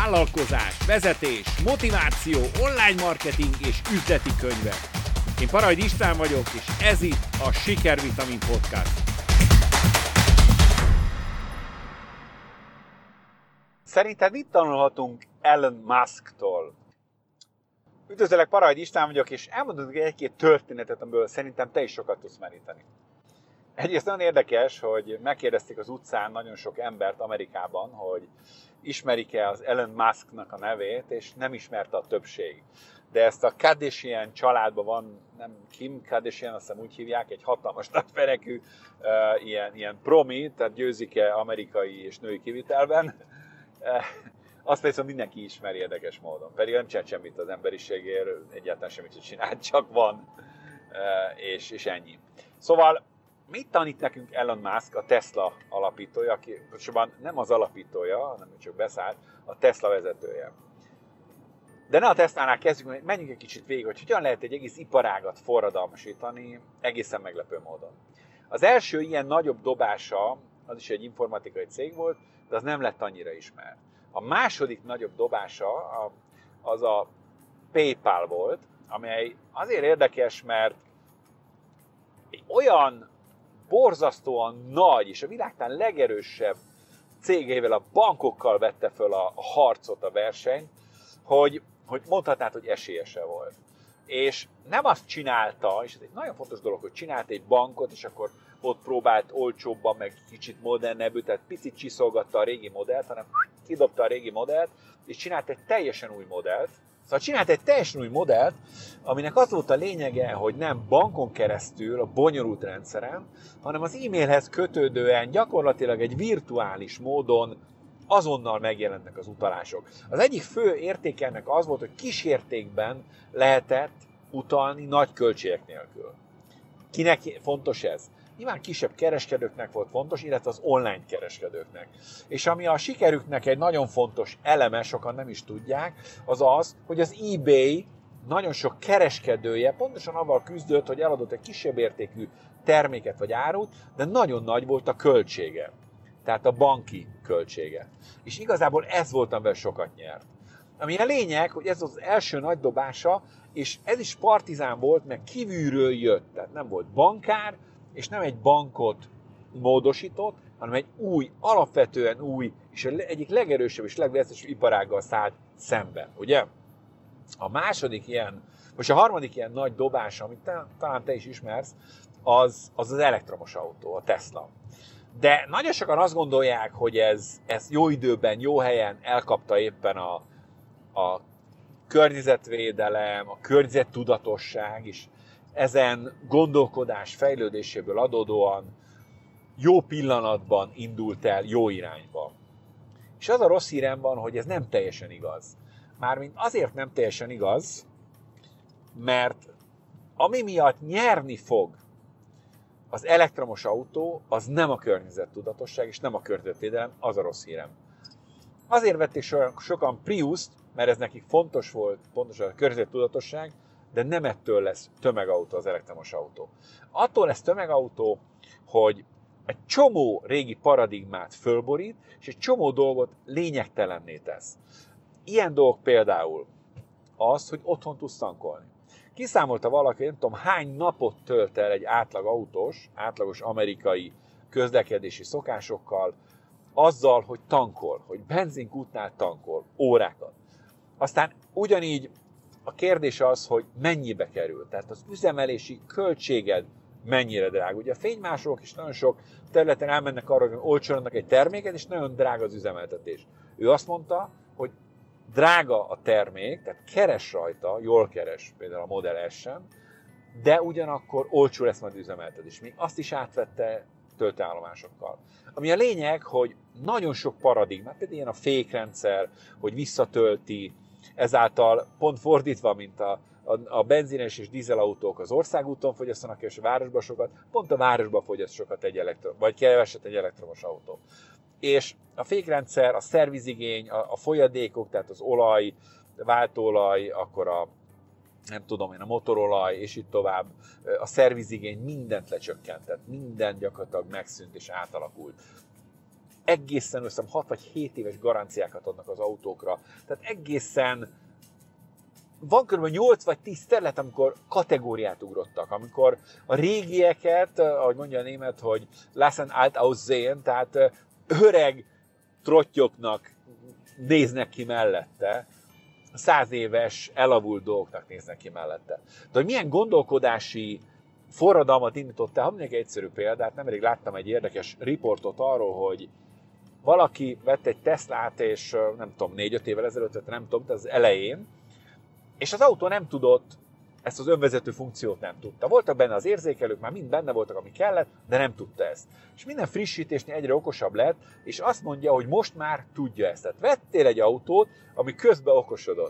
vállalkozás, vezetés, motiváció, online marketing és üzleti könyvek. Én Parajd István vagyok, és ez itt a Sikervitamin Podcast. Szerinted mit tanulhatunk Elon Musktól? Üdvözöllek, Parajd István vagyok, és elmondok egy-két történetet, amiből szerintem te is sokat tudsz meríteni. Egyrészt nagyon érdekes, hogy megkérdezték az utcán nagyon sok embert Amerikában, hogy ismerik-e az Elon Musknak a nevét, és nem ismerte a többség. De ezt a Kardashian családban van, nem Kim Kardashian, azt hiszem úgy hívják, egy hatalmas nagyferekű ilyen promi, tehát győzik-e amerikai és női kivitelben. Azt viszont mindenki ismeri érdekes módon. Pedig nem csinált semmit az emberiségért, egyáltalán semmit sem csinált, csak van, és ennyi. Szóval mit tanít nekünk Elon Musk, a Tesla alapítója, aki pontosabban nem az alapítója, hanem csak beszállt, a Tesla vezetője. De ne a Teslánál kezdjük, menjünk egy kicsit végig, hogy hogyan lehet egy egész iparágat forradalmasítani egészen meglepő módon. Az első ilyen nagyobb dobása, az is egy informatikai cég volt, de az nem lett annyira ismert. A második nagyobb dobása az a PayPal volt, amely azért érdekes, mert egy olyan borzasztóan nagy és a világtán legerősebb cégeivel, a bankokkal vette föl a harcot, a versenyt, hogy mondhatnád, hogy esélyese volt. És nem azt csinálta, és ez egy nagyon fontos dolog, hogy csinált egy bankot, és akkor ott próbált olcsóbban, meg kicsit modernebbül, tehát picit csiszolgatta a régi modellt, hanem kidobta a régi modellt, és csinált egy teljesen új modellt. Szóval csinált egy teljesen új modellt, aminek az volt a lényege, hogy nem bankon keresztül, a bonyolult rendszeren, hanem az e-mailhez kötődően gyakorlatilag egy virtuális módon azonnal megjelentek az utalások. Az egyik fő értéke ennek az volt, hogy kisértékben lehetett utalni nagy költségek nélkül. Kinek fontos ez? Nyilván kisebb kereskedőknek volt fontos, illetve az online kereskedőknek. És ami a sikerüknek egy nagyon fontos eleme, sokan nem is tudják, az az, hogy az eBay nagyon sok kereskedője pontosan avval küzdött, hogy eladott egy kisebb értékű terméket vagy árut, de nagyon nagy volt a költsége. Tehát a banki költsége. És igazából ez volt, amivel sokat nyert. Ami a lényeg, hogy ez az első nagy dobása, és ez is partizán volt, mert kívülről jött. Tehát nem volt bankár, és nem egy bankot módosított, hanem egy új, alapvetően új, és egyik legerősebb és legveszélyesebb iparággal szállt szemben, ugye? A második ilyen, most a harmadik ilyen nagy dobás, amit talán te is ismersz, az elektromos autó, a Tesla. De nagyon sokan azt gondolják, hogy ez jó időben, jó helyen elkapta éppen a környezetvédelem, a környezettudatosság is, ezen gondolkodás fejlődéséből adódóan jó pillanatban indult el jó irányba. És az a rossz hírem van, hogy ez nem teljesen igaz. Mármint azért nem teljesen igaz, mert ami miatt nyerni fog az elektromos autó, az nem a környezettudatosság és nem a környezetvédelem, az a rossz hírem. Azért vették sokan Priust, mert ez nekik fontos volt, pontosan a környezettudatosság, de nem ettől lesz tömegautó az elektromos autó. Attól lesz tömegautó, hogy egy csomó régi paradigmát fölborít, és egy csomó dolgot lényegtelenné tesz. Ilyen dolgok például az, hogy otthon tudsz tankolni. Kiszámolta valaki, nem tudom hány napot tölt el egy átlagos amerikai közlekedési szokásokkal, azzal, hogy tankol, hogy benzinkútnál tankol, órákat. Aztán ugyanígy a kérdés az, hogy mennyibe kerül. Tehát az üzemelési költséged mennyire drága. Ugye a fénymásolók is nagyon sok területen elmennek arra, hogy olcsón adnak egy terméket, és nagyon drága az üzemeltetés. Ő azt mondta, hogy drága a termék, tehát keres rajta, jól keres például a Model S-en, de ugyanakkor olcsó lesz majd üzemeltetés. Még azt is átvette töltőállomásokkal. Ami a lényeg, hogy nagyon sok paradigmát, például ilyen a fékrendszer, hogy visszatölti, ezáltal pont fordítva, mint a benzines és dízelautók az országúton fogyasztanak, és a városban sokat, pont a városban fogyaszt sokat vagy keveset egy elektromos autó. És a fékrendszer, a szervizigény, a folyadékok, tehát az olaj, váltóolaj, akkor a a motorolaj, és így tovább, a szervizigény mindent lecsökkentett, minden gyakorlatilag megszűnt és átalakult. egészen 6 vagy 7 éves garanciákat adnak az autókra. Tehát egészen van kb. 8 vagy 10 terület, amikor kategóriát ugrottak, amikor a régieket, ahogy mondja a német, hogy lassen alt aussehen, tehát öreg trottyoknak néznek ki mellette, 100 éves elavult dolgoknak néznek ki mellette. De hogy milyen gondolkodási forradalmat indított el, ha mondjuk egy egyszerű példát, nemrég láttam egy érdekes riportot arról, hogy valaki vett egy Teslát, és nem tudom, 4-5 évvel ezelőtt, nem tudom, az elején, és az autó nem tudott, ezt az önvezető funkciót nem tudta. Voltak benne az érzékelők, már mind benne voltak, ami kellett, de nem tudta ezt. És minden frissítésnél egyre okosabb lett, és azt mondja, hogy most már tudja ezt. Tehát vettél egy autót, ami közben okosodott.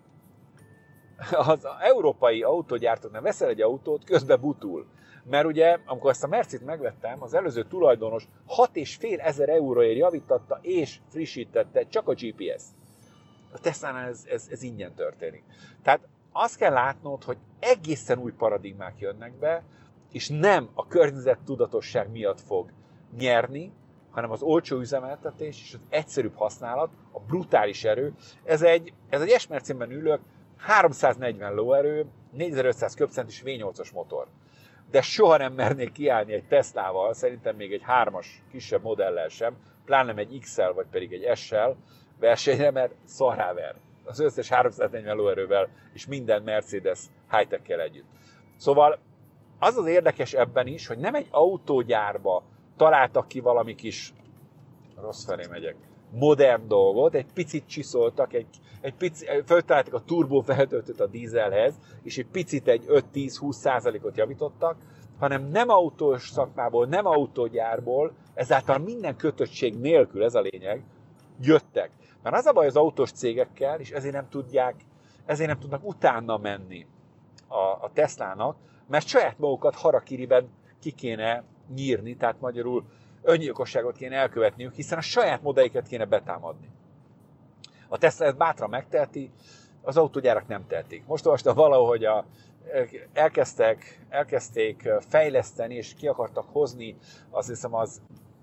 Az európai autógyártóknál veszel egy autót, közben butul. Mert ugye, amikor ezt a Mercit megvettem, az előző tulajdonos 6.500 euróért javítatta és frissítette csak a GPS. A Teslánál ez ingyen történik. Tehát azt kell látnod, hogy egészen új paradigmák jönnek be, és nem a környezettudatosság miatt fog nyerni, hanem az olcsó üzemeltetés és az egyszerűbb használat, a brutális erő. Ez egy S-Mercinben ülök, 340 lóerő, 4500 köbcentis V8-as motor. De soha nem mernék kiállni egy Teslával, szerintem még egy 3-as kisebb modellel sem, pláne egy XL vagy pedig egy S-sel versenyre, mert szarráver. Az összes 340 lóerővel és minden Mercedes high-tech-kel együtt. Szóval az érdekes ebben is, hogy nem egy autógyárba találtak ki valami kis, rossz felé megyek, modern dolgot, egy picit csiszoltak, egy picit, föltaláltak a turbófeltöltőt a dízelhez, és egy picit egy 5-10-20%-ot javítottak, hanem nem autós szakmából, nem autógyárból, ezáltal minden kötöttség nélkül, ez a lényeg, jöttek. Mert az a baj az autós cégekkel, és ezért nem tudnak utána menni a Teslának, mert saját magukat harakiriben ki kéne nyírni, tehát magyarul öngyilkosságot kéne elkövetniük, hiszen a saját modelliket kéne betámadni. A Tesla ezt bátran megteheti, az autógyárak nem tehetik. Most olvastam valahogy, elkezdték fejleszteni, és ki akartak hozni, azt hiszem az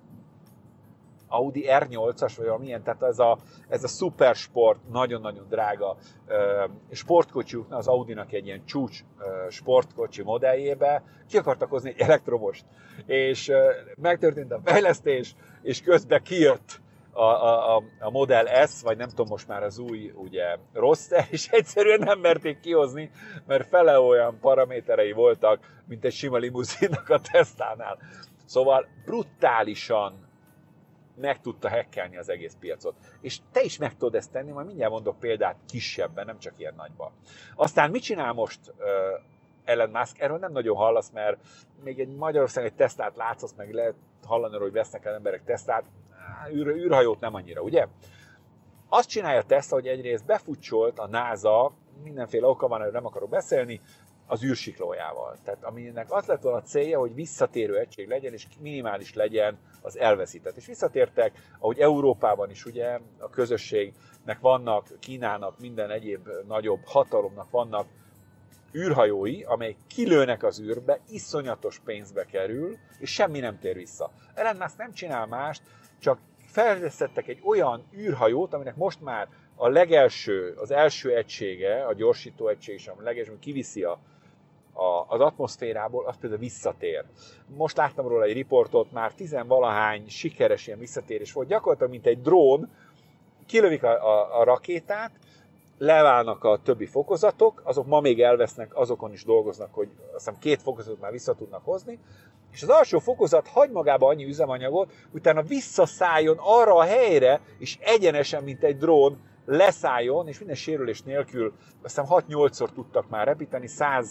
Audi R8-as, vagy valamilyen, tehát ez a szupersport, nagyon-nagyon drága sportkocsiuk, az Audinak egy ilyen csúcs sportkocsi modelljébe ki akartak hozni egy elektromost. És megtörtént a fejlesztés, és közben kijött a Model S, vagy nem tudom most már az új ugye, Roadster, és egyszerűen nem merték kihozni, mert fele olyan paraméterei voltak, mint egy sima limuzinnak a Teslánál. Szóval brutálisan meg tudta hekkelni az egész piacot. És te is meg tudod ezt tenni, majd mindjárt mondok példát kisebben, nem csak ilyen nagyban. Aztán mit csinál most Elon Musk? Erről nem nagyon hallasz, mert még egy Magyarországon egy Teslát látsz, meg lehet hallani, hogy vesznek el emberek Teslát, űrhajót nem annyira, ugye? Azt csinálja Tesla, hogy egyrészt befutcsolt a NASA, mindenféle oka van, hogy nem akarok beszélni, az űrsiklójával. Tehát aminek az lett volna a célja, hogy visszatérő egység legyen, és minimális legyen az elveszített. És visszatértek, ahogy Európában is ugye a közösségnek vannak, Kínának, minden egyéb nagyobb hatalomnak vannak űrhajói, amelyek kilőnek az űrbe, iszonyatos pénzbe kerül, és semmi nem tér vissza. Elon Musk nem csinál mást, csak fejlesztettek egy olyan űrhajót, aminek most már az első egysége, a gyorsító egység is, a legelső, kiviszi az atmoszférából, az például visszatér. Most láttam róla egy riportot, már 10-valahány sikeres ilyen visszatérés volt, gyakorlatilag mint egy drón, kilövik a rakétát, leválnak a többi fokozatok, azok ma még elvesznek, azokon is dolgoznak, hogy azt hiszem 2 fokozatot már vissza tudnak hozni, és az alsó fokozat hagy magába annyi üzemanyagot, utána visszaszálljon arra a helyre, és egyenesen, mint egy drón, leszálljon, és minden sérülés nélkül, azt hiszem 6-8-szor tudtak már repíteni,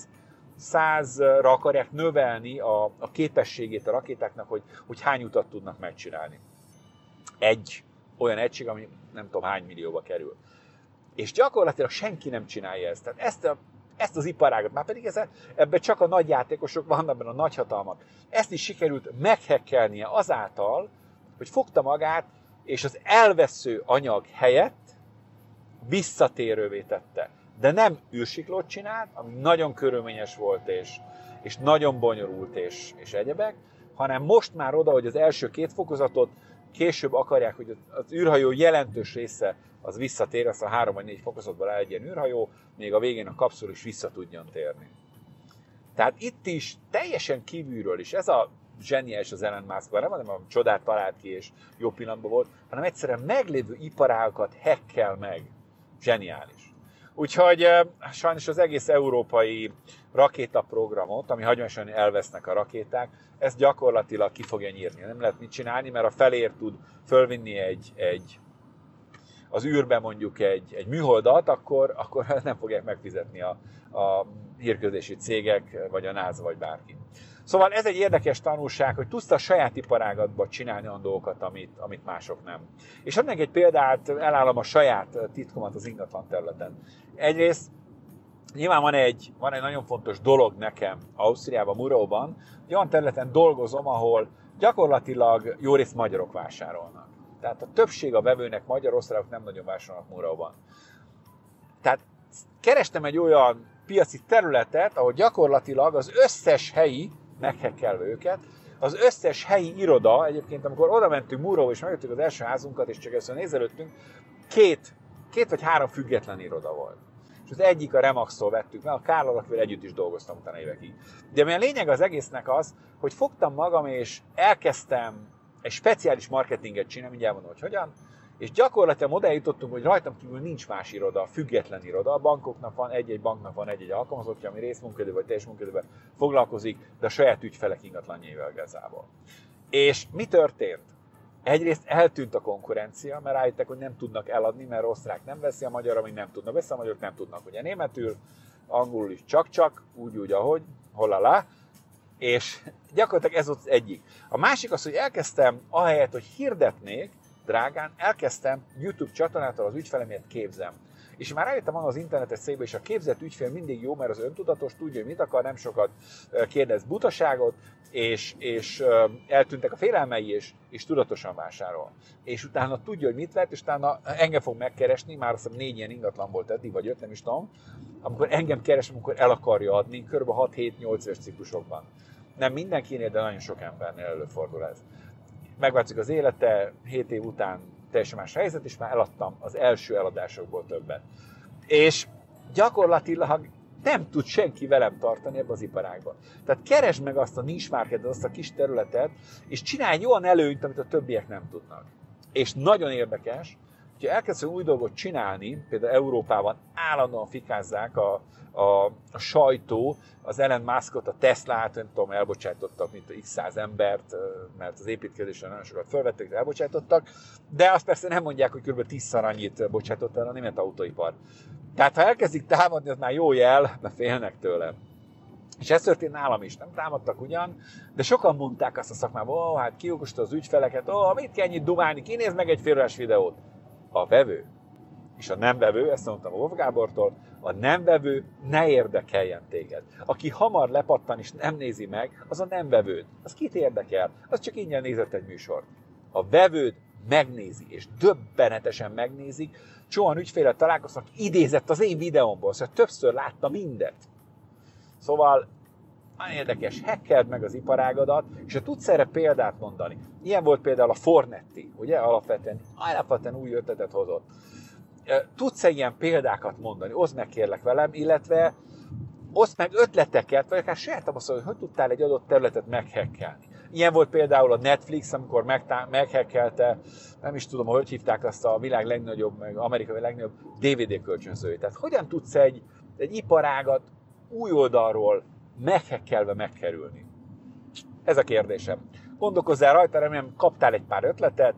100-ra akarják növelni a képességét a rakétáknak, hogy hány utat tudnak megcsinálni. Egy olyan egység, ami nem tudom hány millióba kerül. És gyakorlatilag senki nem csinálja ezt. Tehát ezt az iparágat, már pedig ebben csak a nagy játékosok vannak, benne a nagyhatalmak. Ezt is sikerült meghekkelnie azáltal, hogy fogta magát, és az elvesző anyag helyett visszatérővé tette. De nem űrsiklót csinált, ami nagyon körülményes volt, és nagyon bonyolult, és egyebek, hanem most már oda, hogy az első 2 fokozatot később akarják, hogy az űrhajó jelentős része az visszatér, azt a 3 vagy 4 fokozatban áll egy ilyen űrhajó, még a végén a kapszul is vissza tudjon térni. Tehát itt is teljesen kívülről is, ez a zseniális az Elon Muskban, nem mondom, hogy csodát talált ki és jó pillanatban volt, hanem egyszerűen meglévő iparágakat hackkel meg. Zseniális. Úgyhogy sajnos az egész európai rakétaprogramot, ami hagyományosan elvesznek a rakéták, ezt gyakorlatilag ki fogja nyírni. Nem lehet mit csinálni, mert a feléért tud fölvinni az űrbe mondjuk egy műholdat, akkor nem fogják megfizetni a hírközlési cégek, vagy a NASA, vagy bárki. Szóval ez egy érdekes tanulság, hogy tudsz a saját iparágadban csinálni olyan dolgokat, amit mások nem. És adnék egy példát, elállom a saját titkomat az ingatlan területen. Egyrészt nyilván van egy nagyon fontos dolog nekem Ausztriában, Muróban, hogy olyan területen dolgozom, ahol gyakorlatilag jó részt magyarok vásárolnak. Tehát a többség a vevőnek magyar, osztrákok nem nagyon vásárolnak Muróban. Tehát kerestem egy olyan piaci területet, ahol gyakorlatilag az összes helyi, meghekkelve őket, az összes helyi iroda, egyébként amikor oda mentünk Muróba és megjöttük az első házunkat, és csak először nézelődtünk, két vagy 3 független iroda volt. És az egyik a Remax-tól vettük meg, a Kállal, akivel együtt is dolgoztam utána évekig. De ami a lényeg az egésznek az, hogy fogtam magam és elkezdtem egy speciális marketinget csinálni, mindjárt mondom, hogy hogyan, és gyakorlatilag oda jutottunk, hogy rajtam kívül nincs más iroda, független iroda. A bankoknak van egy banknak van egy alkalmazottja, ami részmunkaidő vagy teljes munkaidőben foglalkozik, de a saját ügyfelek ingatlanjaival igazából. És mi történt? Egyrészt eltűnt a konkurencia, mert rájöttek, hogy nem tudnak eladni, mert osztrák nem veszi, a magyar, amíg nem tudnak veszi, a magyarok nem tudnak. Ugye németül, angolul is csak, úgy, ahogy, hollalá, és gyakorlatilag ez volt az egyik. A másik az, hogy elkezdtem, ahelyett, hogy hirdetnék, drágán, elkezdtem YouTube csatornától az ügyfelemért képzem. És már rájöttem az internetes cégbe, és a képzett ügyfél mindig jó, mert az öntudatos, tudja, hogy mit akar, nem sokat kérdez butaságot, és eltűntek a félelmei, és tudatosan vásárol. És utána tudja, hogy mit vett, és utána engem fog megkeresni, már azt hiszem 4 ilyen ingatlan volt eddig, vagy 5, nem is tudom, amikor engem keres, amikor el akarja adni, kb. 6-7-8 éves ciklusokban. Nem mindenkinél, de nagyon sok embernél előfordul ez. Megváltozik az élete, 7 év után teljesen más helyzet, és már eladtam az első eladásokból többet. És gyakorlatilag nem tud senki velem tartani ebbe az iparágban. Tehát keresd meg azt a niche marketet, azt a kis területet, és csinálj egy olyan előnyt, amit a többiek nem tudnak. És nagyon érdekes, hogyha elkezdünk új dolgot csinálni, például Európában állandóan fikázzák a sajtó, az Elon Muskot, a Teslát, nem tudom, elbocsátottak, mint x 100 embert, mert az építkezésre nagyon sokat felvettek, elbocsátottak, de azt persze nem mondják, hogy kb. 10-szer annyit bocsátott el a német autóipar. Tehát ha elkezdik támadni, az már jó jel, mert félnek tőle. És ez történt nálam is, nem támadtak ugyan, de sokan mondták azt a szakmában, hát kiugosta az ügyfeleket, mit kell ennyit dumálni, kinézd meg egy félórás videót. A vevő és a nem vevő, ezt mondtam a Wolf Gábortól, a nem vevő ne érdekeljen téged. Aki hamar lepattan és nem nézi meg, az a nem vevőd. Az kit érdekel? Az csak ingyen nézett egy műsort. A vevőd megnézi, és döbbenetesen megnézik. Csóan ügyféllel találkoztak, idézett az én videómból, szóval többször látta mindet. Szóval nagyon érdekes, hackeld meg az iparágadat, és ha tudsz erre példát mondani. Ilyen volt például a Fornetti, ugye? Alapvetően új ötletet hozott. Tudsz-e ilyen példákat mondani? Oszd meg kérlek velem, illetve oszd meg ötleteket, vagy akár saját tapasztalat, hogy tudtál egy adott területet meghackelni. Ilyen volt például a Netflix, amikor meghackelte, nem is tudom, hogy hívták azt a világ legnagyobb, meg amerikai legnagyobb DVD kölcsönzőjét. Tehát hogyan tudsz egy iparágat új oldalról meghackelve megkerülni? Ez a kérdésem. Gondolkozzál rajta, remélem kaptál egy pár ötletet,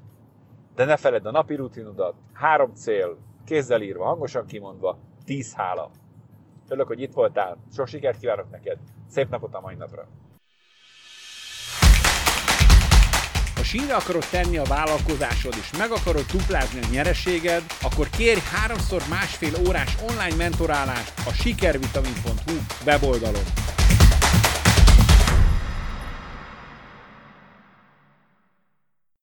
de ne feledd a napi rutinodat. 3 cél, kézzel írva, hangosan kimondva, 10 hála. Örülök, hogy itt voltál. Sok sikert kívánok neked. Szép napot a mai napra. Ha sínre akarod tenni a vállalkozásod és meg akarod duplázni a nyereséged, akkor kérj 3x1,5 órás online mentorálást a sikervitamin.hu weboldalon.